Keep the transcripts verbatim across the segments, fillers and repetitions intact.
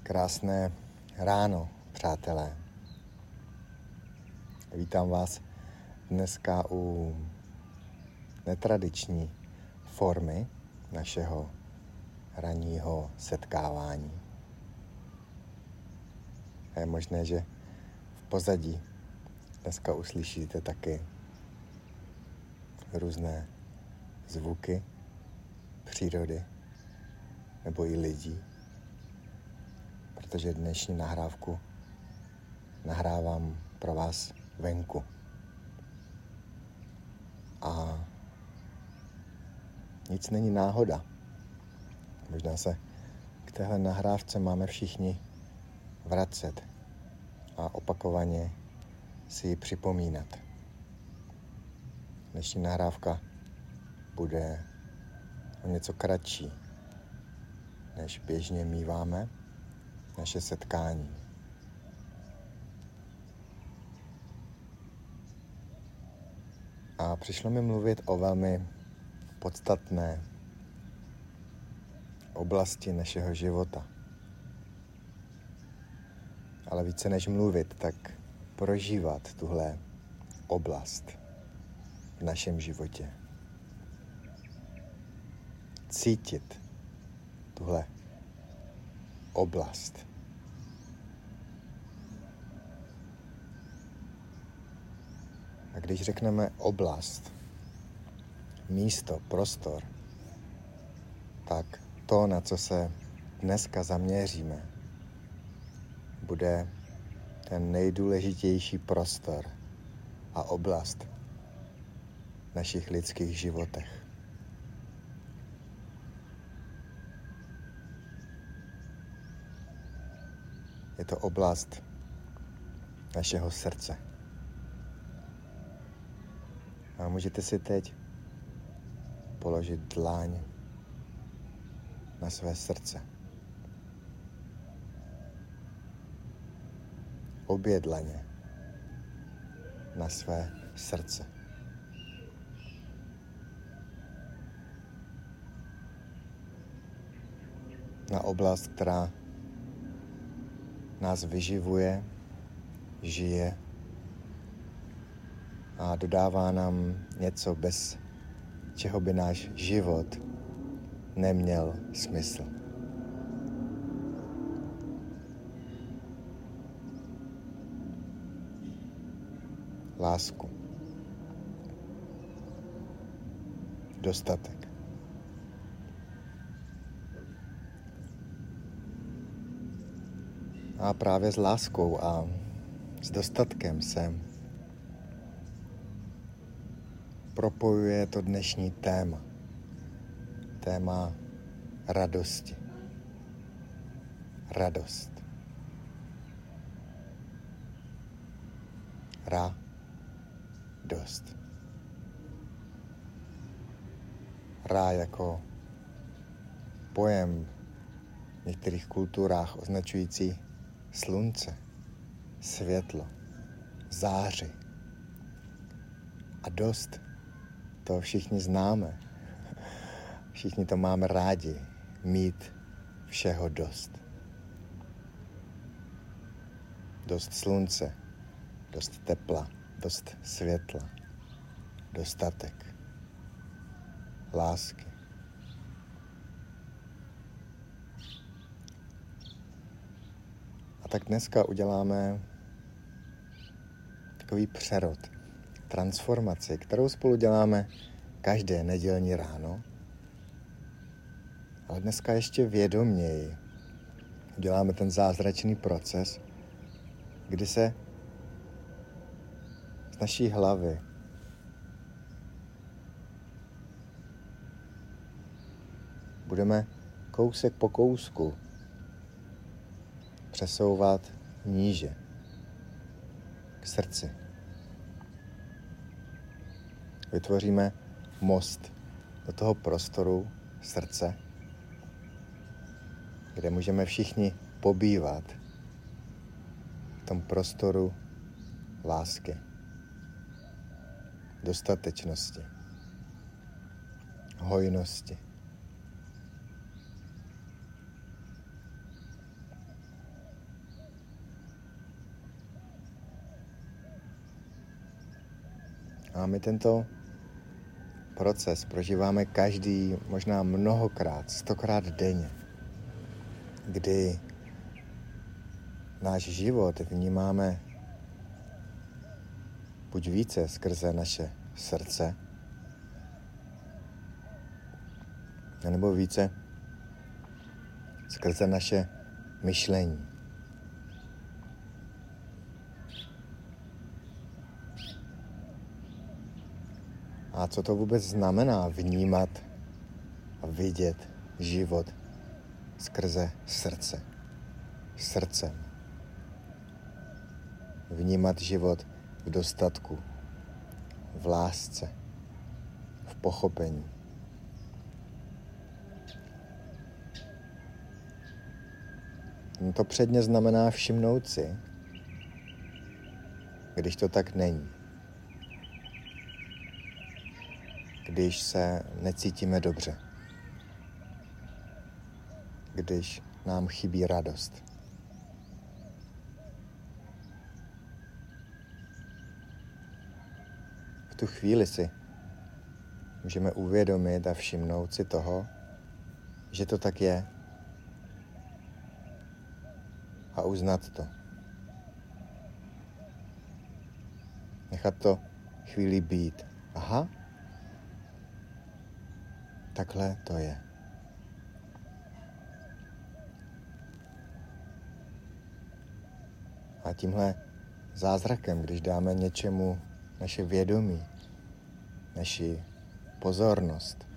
Krásné ráno, přátelé. Vítám vás dneska u netradiční formy našeho ranního setkávání. A je možné, že v pozadí dneska uslyšíte taky různé zvuky přírody nebo i lidí, protože dnešní nahrávku nahrávám pro vás venku. A nic není náhoda. Možná se k téhle nahrávce máme všichni vracet a opakovaně si ji připomínat. Dnešní nahrávka bude o něco kratší, než běžně míváme naše setkání. A přišlo mi mluvit o velmi podstatné oblasti našeho života. Ale více než mluvit, tak prožívat tuhle oblast v našem životě. Cítit tuhle oblast. A když řekneme oblast, místo, prostor, tak to, na co se dneska zaměříme, bude ten nejdůležitější prostor a oblast v našich lidských životech. Je to oblast našeho srdce. A můžete si teď položit dláň na své srdce. Obě dlaně na své srdce. Na oblast, která nás vyživuje, žije a dodává nám něco, bez čeho by náš život neměl smysl. Lásku. Dostatek. A právě s láskou a s dostatkem se propojuje to dnešní téma. Téma radosti. Radost. Ra. Dost. Ra jako pojem v některých kulturách označující slunce, světlo, záři. A dost, to všichni známe. Všichni to máme rádi, mít všeho dost. Dost slunce, dost tepla, dost světla, dostatek, lásky. A tak dneska uděláme takový přerod, transformaci, kterou spolu děláme každé nedělní ráno, ale dneska ještě vědoměji uděláme ten zázračný proces, kdy se z naší hlavy budeme kousek po kousku přesouvat níže k srdci. Vytvoříme most do toho prostoru srdce, kde můžeme všichni pobývat v tom prostoru lásky, dostatečnosti, hojnosti. A my tento proces prožíváme každý, možná mnohokrát, stokrát denně, kdy náš život vnímáme buď více skrze naše srdce, nebo více skrze naše myšlení. A co to vůbec znamená vnímat a vidět život skrze srdce, srdcem? Vnímat život v dostatku, v lásce, v pochopení. No to předně znamená všimnout si, když to tak není. Když se necítíme dobře. Když nám chybí radost. V tu chvíli si můžeme uvědomit a všimnout si toho, že to tak je. A uznat to. Nechat to chvíli být. Aha, takhle to je. A tímhle zázrakem, když dáme něčemu naše vědomí, naši pozornost,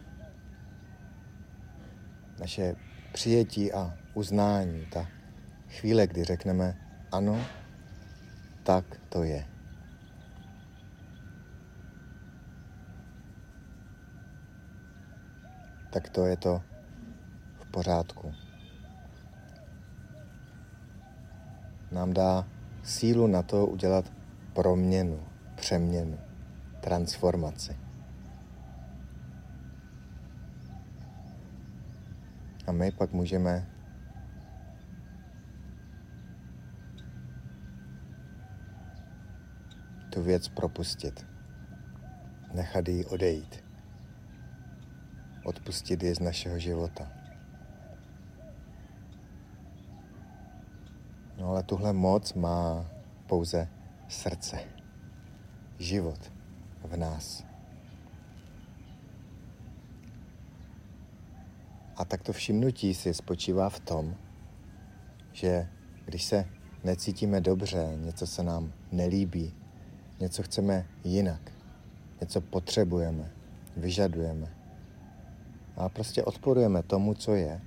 naše přijetí a uznání, ta chvíle, kdy řekneme ano, tak to je. Tak to je to v pořádku. Nám dá sílu na to udělat proměnu, přeměnu, transformaci. A my pak můžeme tu věc propustit, nechat ji odejít, odpustit ji z našeho života. No ale tuhle moc má pouze srdce, život v nás. A takto všimnutí si spočívá v tom, že když se necítíme dobře, něco se nám nelíbí, něco chceme jinak, něco potřebujeme, vyžadujeme a prostě odporujeme tomu, co je,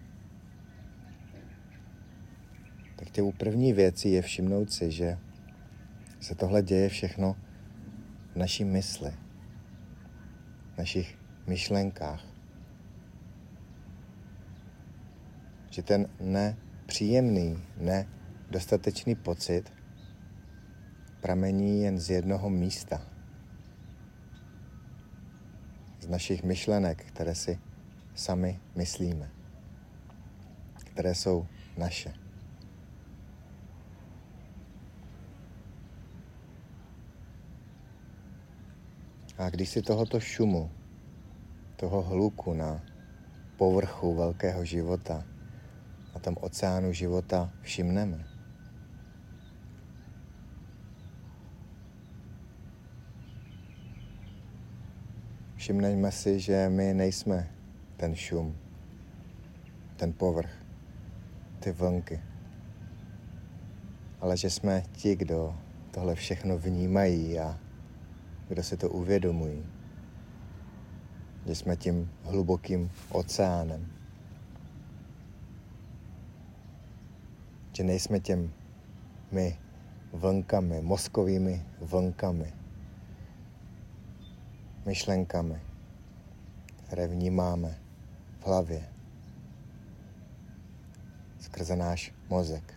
tak těm první věci je všimnout si, že se tohle děje všechno v naší mysli, v našich myšlenkách. Že ten nepříjemný, nedostatečný pocit pramení jen z jednoho místa. Z našich myšlenek, které si sami myslíme, které jsou naše. A když si tohoto šumu, toho hluku na povrchu velkého života, na tom oceánu života všimneme, všimneme si, že my nejsme ten šum, ten povrch, ty vlnky, ale že jsme ti, kdo tohle všechno vnímají a kdo si to uvědomují. Že jsme tím hlubokým oceánem. Že nejsme těm my vlnkami, mozkovými vlnkami, myšlenkami, které vnímáme v hlavě skrze náš mozek.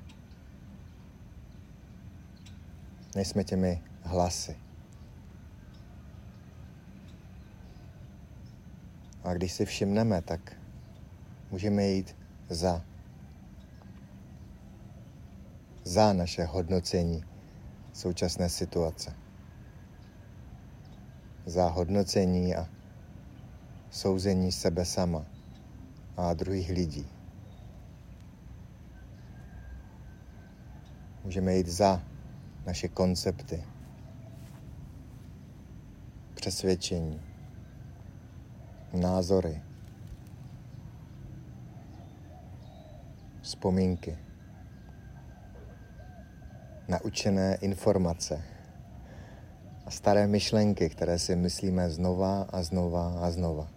Nejsme těmi hlasy. A když si všimneme, tak můžeme jít za. Za naše hodnocení současné situace. za hodnocení a souzení sebe sama a druhých lidí. Můžeme jít za naše koncepty, přesvědčení, názory, vzpomínky, naučené informace a staré myšlenky, které si myslíme znova a znova a znova.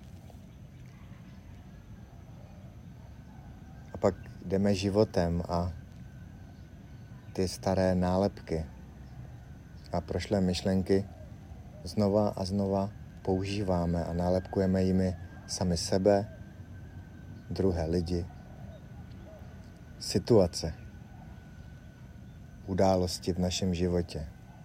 A pak jdeme životem a ty staré nálepky a prošlé myšlenky znova a znova používáme a nálepkujeme jimi sami sebe, druhé lidi, situace, události v našem životě,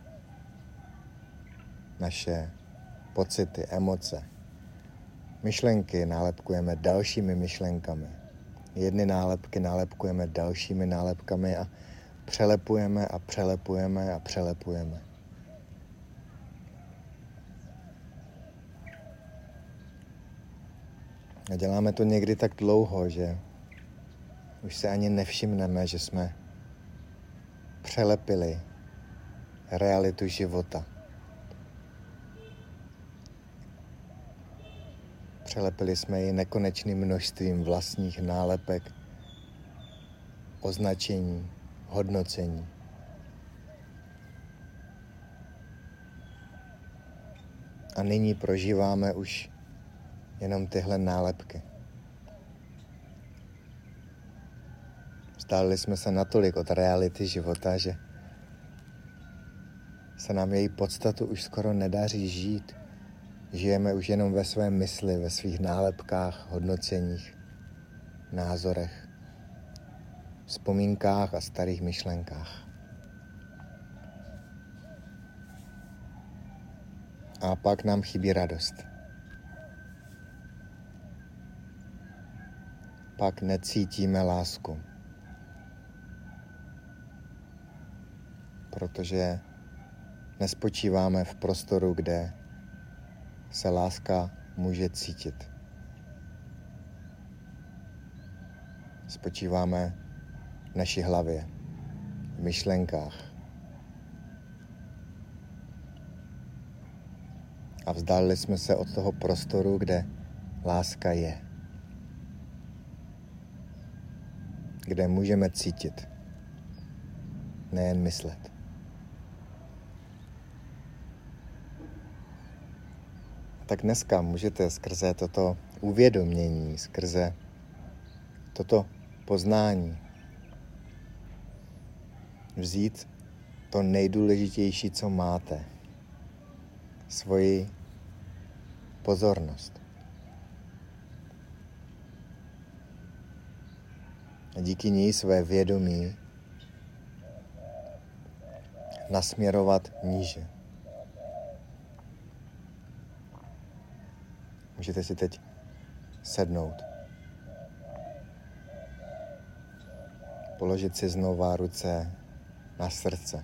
naše pocity, emoce, myšlenky nálepkujeme dalšími myšlenkami. Jedny nálepky nálepkujeme dalšími nálepkami a přelepujeme a přelepujeme a přelepujeme. A děláme to někdy tak dlouho, že už se ani nevšimneme, že jsme přelepili realitu života. Přelepili jsme ji nekonečným množstvím vlastních nálepek, označení, hodnocení. A nyní prožíváme už jenom tyhle nálepky. Vzdálili jsme se natolik od reality života, že se nám její podstatu už skoro nedaří žít. Žijeme už jenom ve své mysli, ve svých nálepkách, hodnoceních, názorech, vzpomínkách a starých myšlenkách. A pak nám chybí radost. Pak necítíme lásku. Protože nespočíváme v prostoru, kde se láska může cítit. Spočíváme v naší hlavě, v myšlenkách. A vzdálili jsme se od toho prostoru, kde láska je. Kde můžeme cítit, nejen myslet. Tak dneska můžete skrze toto uvědomění, skrze toto poznání vzít to nejdůležitější, co máte. Svoji pozornost. A díky ní své vědomí nasměrovat níže. Můžete si teď sednout. Položit si znova ruce na srdce.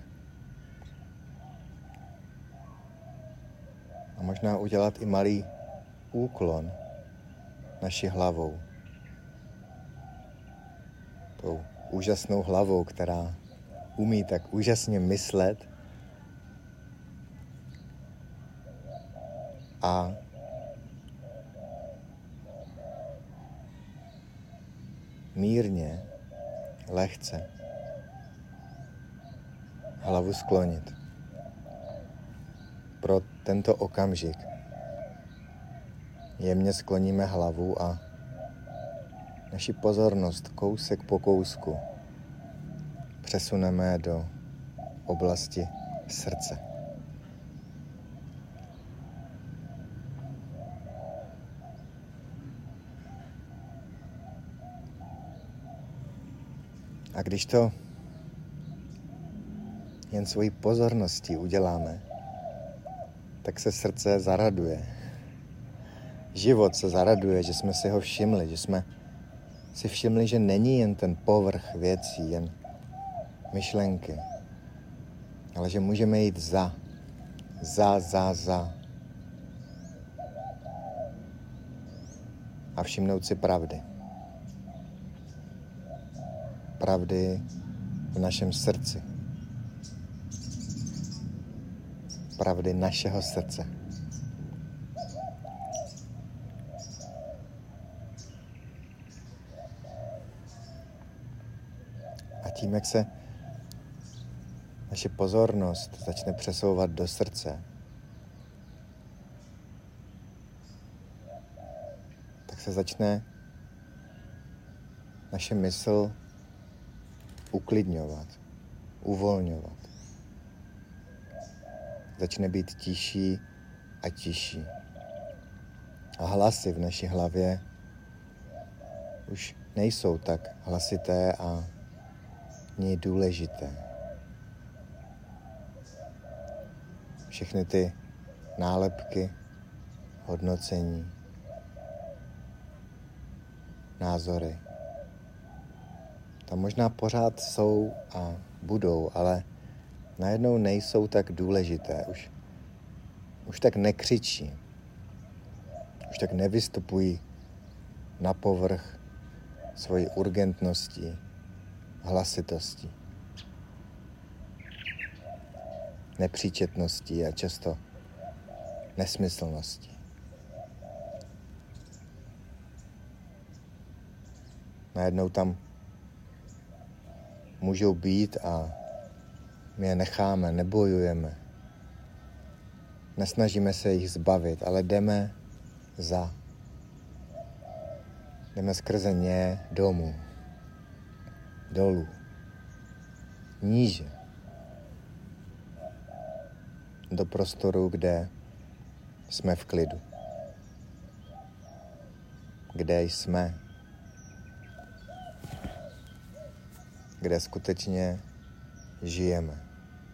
A možná udělat i malý úklon naší hlavou. Tou úžasnou hlavou, která umí tak úžasně myslet a mírně, lehce hlavu sklonit. Pro tento okamžik jemně skloníme hlavu a naši pozornost kousek po kousku přesuneme do oblasti srdce. A když to jen svojí pozorností uděláme, tak se srdce zaraduje. Život se zaraduje, že jsme si ho všimli, že jsme si všimli, že není jen ten povrch věcí, jen myšlenky, ale že můžeme jít za, za, za, za a všimnout si pravdy. Pravdy v našem srdci. Pravdy našeho srdce. A tím, jak se naše pozornost začne přesouvat do srdce, tak se začne naše mysl uklidňovat, uvolňovat. Začne být tišší a tišší. A hlasy v naší hlavě už nejsou tak hlasité a ní důležité. Všechny ty nálepky, hodnocení, názory, tam možná pořád jsou a budou, ale najednou nejsou tak důležité. Už, už tak nekřičí. Už tak nevystupují na povrch svojí urgentností, hlasitostí, nepříčetností a často nesmyslností. Najednou tam můžou být a my je necháme, nebojujeme. Nesnažíme se jich zbavit, ale jdeme za. Jdeme skrze ně domů, dolů, níže. Do prostoru, kde jsme v klidu. Kde jsme. Kde skutečně žijeme.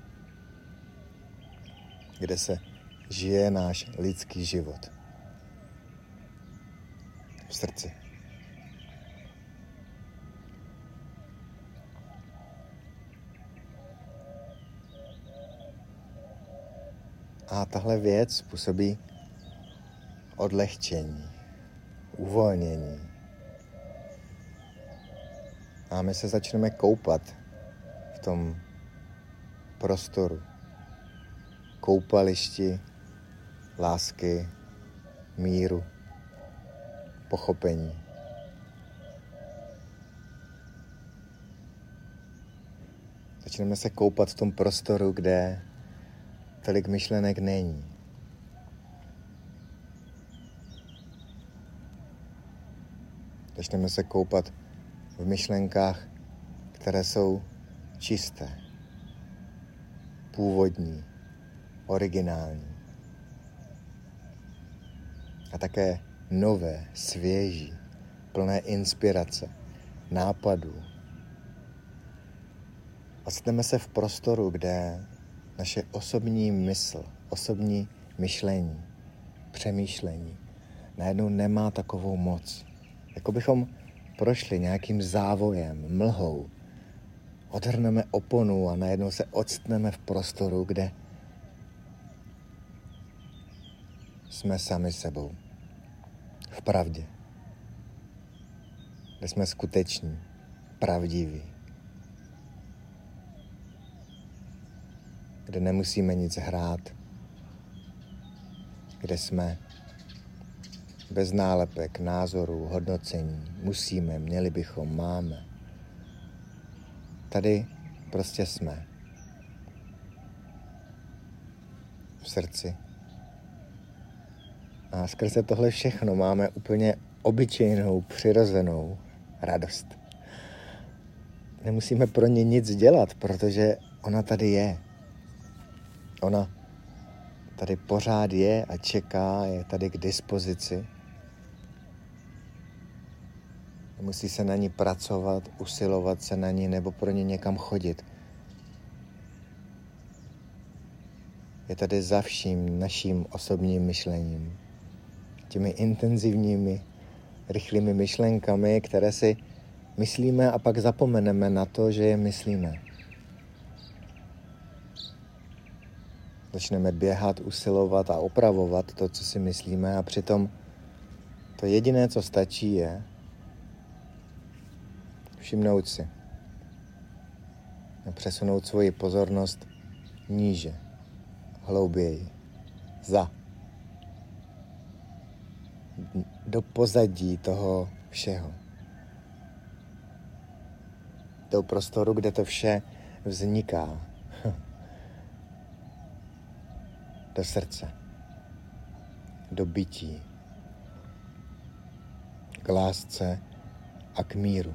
Kde se žije náš lidský život. V srdci. A tahle věc působí odlehčení, uvolnění. A my se začneme koupat v tom prostoru, koupališti lásky, míru, pochopení. Začneme se koupat v tom prostoru, kde tolik myšlenek není. Začneme se koupat v myšlenkách, které jsou čisté, původní, originální. A také nové, svěží, plné inspirace, nápadů. Ocitneme se v prostoru, kde naše osobní mysl, osobní myšlení, přemýšlení najednou nemá takovou moc. Jako bychom prošli nějakým závojem, mlhou, odhrneme oponu a najednou se ocitneme v prostoru, kde jsme sami sebou. V pravdě. Kde jsme skuteční, pravdiví. Kde nemusíme nic hrát. Kde jsme bez nálepek, názorů, hodnocení. Musíme, měli bychom, máme. Tady prostě jsme. V srdci. A skrze tohle všechno máme úplně obyčejnou, přirozenou radost. Nemusíme pro ní nic dělat, protože ona tady je. Ona tady pořád je a čeká, je tady k dispozici. Nemusí se na ní pracovat, usilovat se na ní nebo pro ní někam chodit. Je tady za vším naším osobním myšlením. Těmi intenzivními, rychlými myšlenkami, které si myslíme a pak zapomeneme na to, že je myslíme. Začneme běhat, usilovat a opravovat to, co si myslíme a přitom To jediné, co stačí, je všimnout si a přesunout svoji pozornost níže, hlouběji, za, do pozadí toho všeho. Do prostoru, kde to vše vzniká. Do srdce. Do bytí. K lásce a k míru.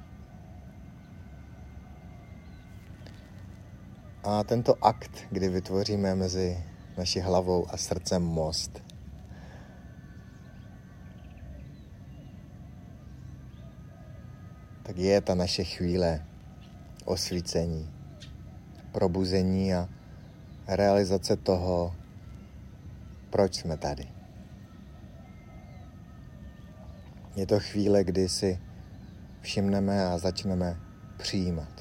A tento akt, kdy vytvoříme mezi naší hlavou a srdcem most, tak je ta naše chvíle osvícení, probuzení a realizace toho, proč jsme tady. Je to chvíle, kdy si všimneme a začneme přijímat.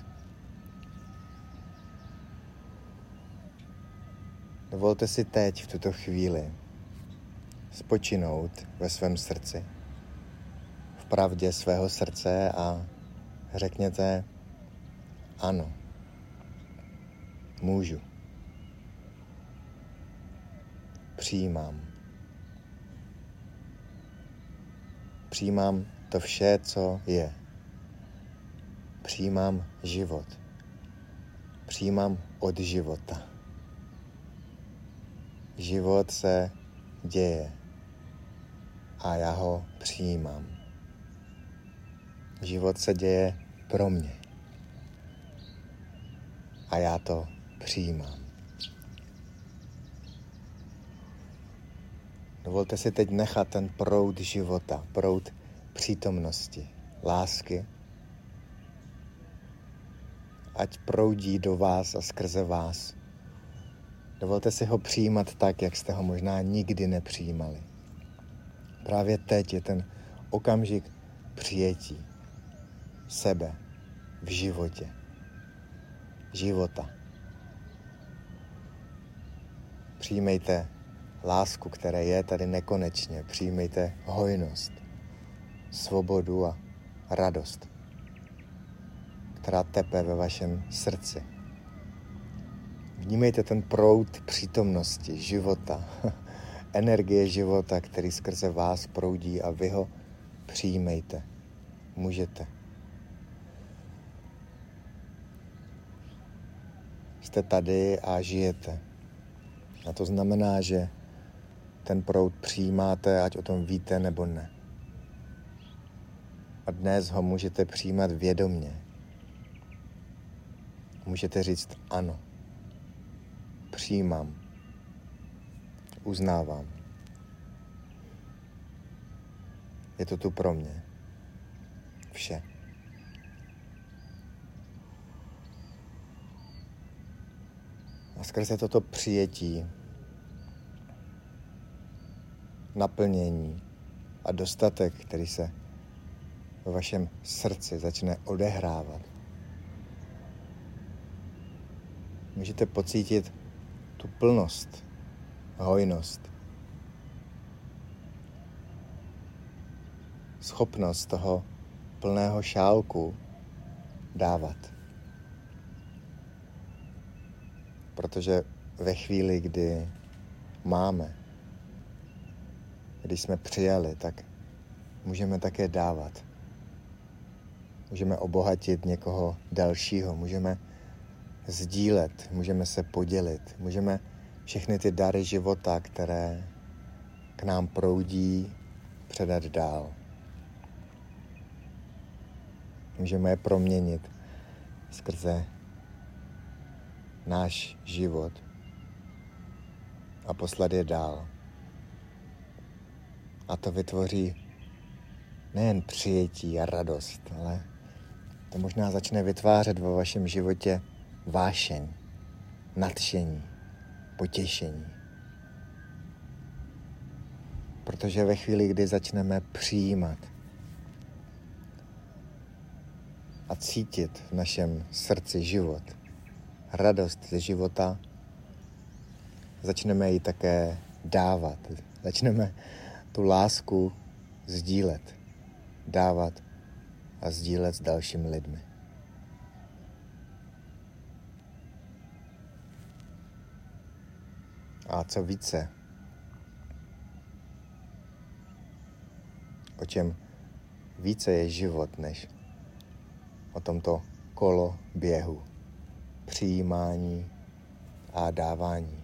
Dovolte si teď v tuto chvíli spočinout ve svém srdci, v pravdě svého srdce a řekněte ano, můžu, přijímám. Přijímám to vše, co je. Přijímám život. Přijímám od života. Život se děje a já ho přijímám. Život se děje pro mě a já to přijímám. Dovolte si teď nechat ten proud života, proud přítomnosti, lásky, ať proudí do vás a skrze vás. Dovolte si ho přijímat tak, jak jste ho možná nikdy nepřijímali. Právě teď je ten okamžik přijetí sebe v životě, života. Přijmejte lásku, která je tady nekonečně. Přijmejte hojnost, svobodu a radost, která tepe ve vašem srdci. Vnímejte ten proud přítomnosti, života, energie života, který skrze vás proudí a vy ho přijmejte. Můžete. Jste tady a žijete. A to znamená, že ten proud přijímáte, ať o tom víte nebo ne. A dnes ho můžete přijímat vědomně. Můžete říct ano. Přijímám. Uznávám. Je to tu pro mě. Vše. A skrze toto přijetí, naplnění a dostatek, který se ve vašem srdci začne odehrávat, můžete pocítit tu plnost, hojnost, schopnost toho plného šálku dávat. Protože ve chvíli, kdy máme, když jsme přijali, tak můžeme také dávat. Můžeme obohatit někoho dalšího, můžeme sdílet, můžeme se podělit, můžeme všechny ty dary života, které k nám proudí, předat dál. Můžeme je proměnit skrze náš život a poslat je dál. A to vytvoří nejen přijetí a radost, ale to možná začne vytvářet ve vašem životě vášeň, nadšení, potěšení. Protože ve chvíli, kdy začneme přijímat a cítit v našem srdci život, radost ze života, začneme ji také dávat. Začneme tu lásku sdílet, dávat a sdílet s dalšími lidmi. A co více, o čem více je život, než o tomto kolo běhu, přijímání a dávání.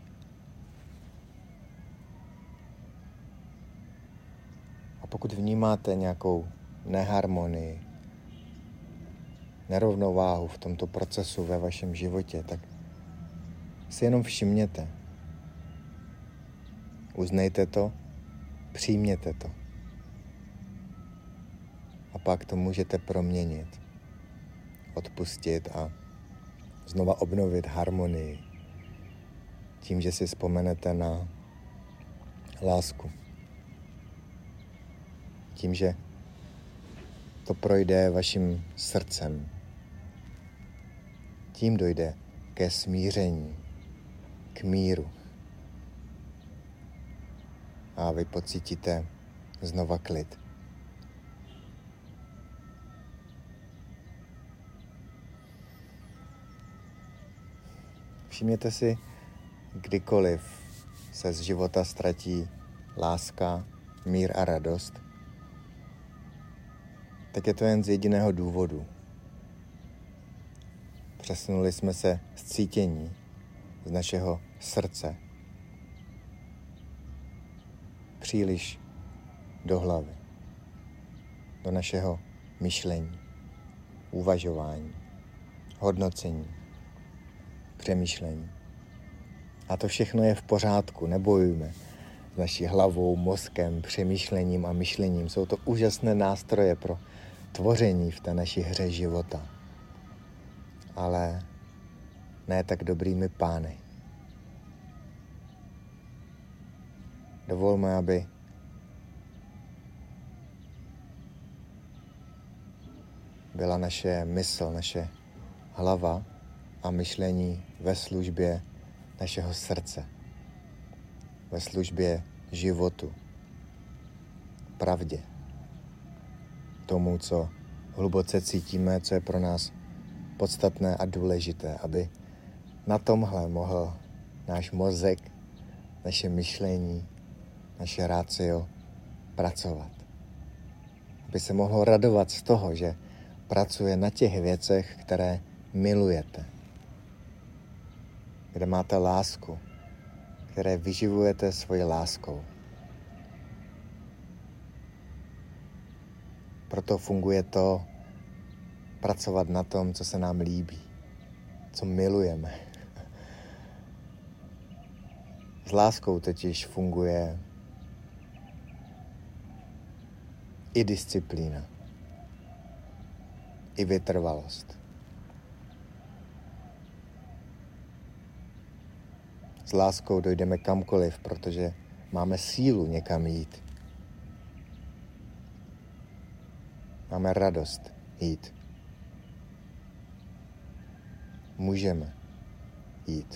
A pokud vnímáte nějakou neharmonii, nerovnováhu v tomto procesu ve vašem životě, tak si jenom všimněte. Uznejte to, přijměte to. A pak to můžete proměnit, odpustit a znova obnovit harmonii tím, že si vzpomenete na lásku. Tím, že to projde vaším srdcem. Tím dojde ke smíření, k míru. A vy pocítíte znova klid. Všimněte si, kdykoliv se z života ztratí láska, mír a radost, tak je to jen z jediného důvodu. Přesunuli jsme se z cítění, z našeho srdce, příliš do hlavy, do našeho myšlení, uvažování, hodnocení, přemýšlení. A to všechno je v pořádku, nebojujme s naší hlavou, mozkem, přemýšlením a myšlením. Jsou to úžasné nástroje pro tvoření v té naší hře života. Ale ne tak dobrými pány. Dovolme, aby byla naše mysl, naše hlava a myšlení ve službě našeho srdce, ve službě životu, pravdě, tomu, co hluboce cítíme, co je pro nás podstatné a důležité, aby na tomhle mohl náš mozek, naše myšlení, naše rácio pracovat. Aby se mohlo radovat z toho, že pracuje na těch věcech, které milujete, kde máte lásku, které vyživujete svojí láskou. Proto funguje to pracovat na tom, co se nám líbí, co milujeme. S láskou totiž funguje i disciplína, i vytrvalost. S láskou dojdeme kamkoliv, protože máme sílu někam jít. Máme radost jít. Můžeme jít.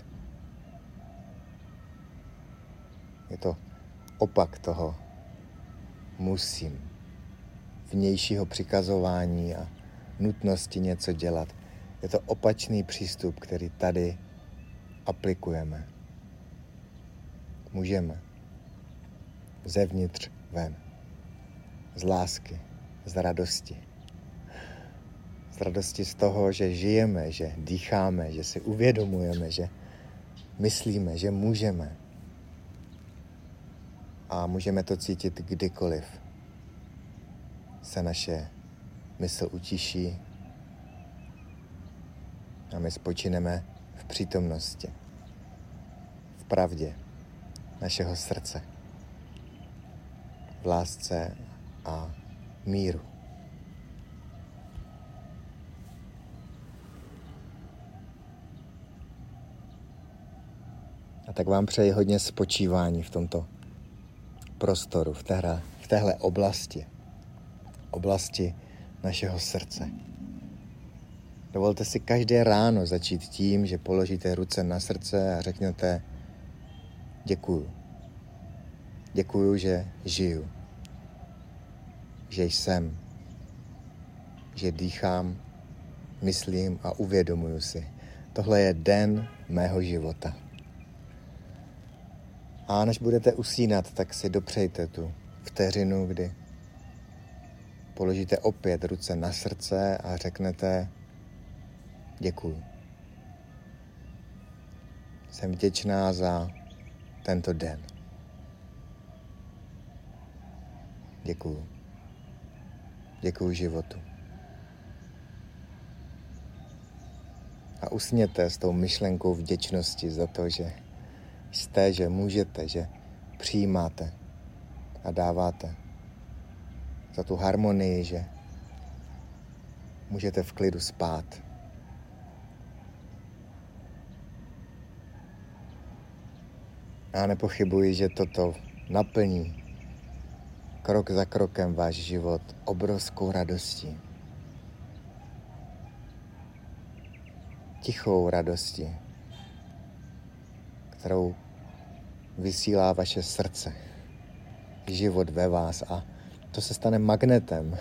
Je to opak toho musím, vnějšího přikazování a nutnosti něco dělat. Je to opačný přístup, který tady aplikujeme. Můžeme. Zevnitř ven. Z lásky, z radosti. Z radosti z toho, že žijeme, že dýcháme, že si uvědomujeme, že myslíme, že můžeme. A můžeme to cítit kdykoliv se naše mysl utiší a my spočineme v přítomnosti, v pravdě našeho srdce, v lásce a míru. A tak vám přeji hodně spočívání v tomto prostoru, v téhle, v téhle oblasti, oblasti našeho srdce. Dovolte si každé ráno začít tím, že položíte ruce na srdce a řeknete děkuju. Děkuju, že žiju. že jsem, že dýchám, myslím a uvědomuju si. Tohle je den mého života. A než budete usínat, tak si dopřejte tu vteřinu, kdy položíte opět ruce na srdce a řeknete děkuju. Jsem vděčná za tento den. Děkuju. Děkuju životu. A usněte s tou myšlenkou vděčnosti za to, že jste, že můžete, že přijímáte a dáváte. Za tu harmonii, že můžete v klidu spát. Já nepochybuji, že toto naplní krok za krokem váš život obrovskou radostí. Tichou radostí, kterou vysílá vaše srdce, život ve vás a to se stane magnetem.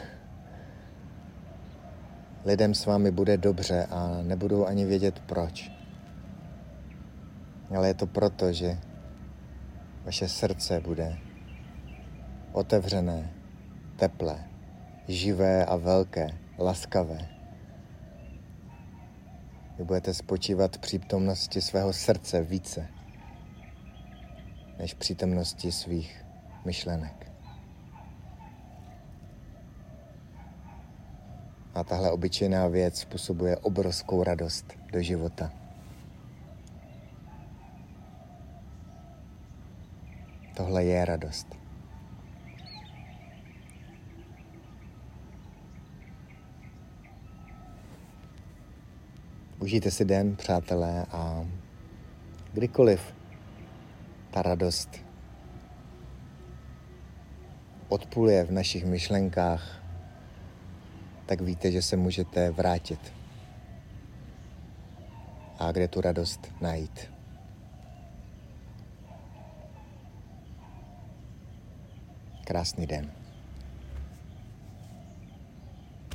Lidem s vámi bude dobře a nebudou ani vědět proč. Ale je to proto, že vaše srdce bude otevřené, teplé, živé a velké, laskavé. Vy budete spočívat v přítomnosti svého srdce více, než v přítomnosti svých myšlenek. A tahle obyčejná věc způsobuje obrovskou radost do života. Tohle je radost. Užijte si den, přátelé, a kdykoliv ta radost odpluje v našich myšlenkách, tak víte, že se můžete vrátit. A kde tu radost najít. Krásný den.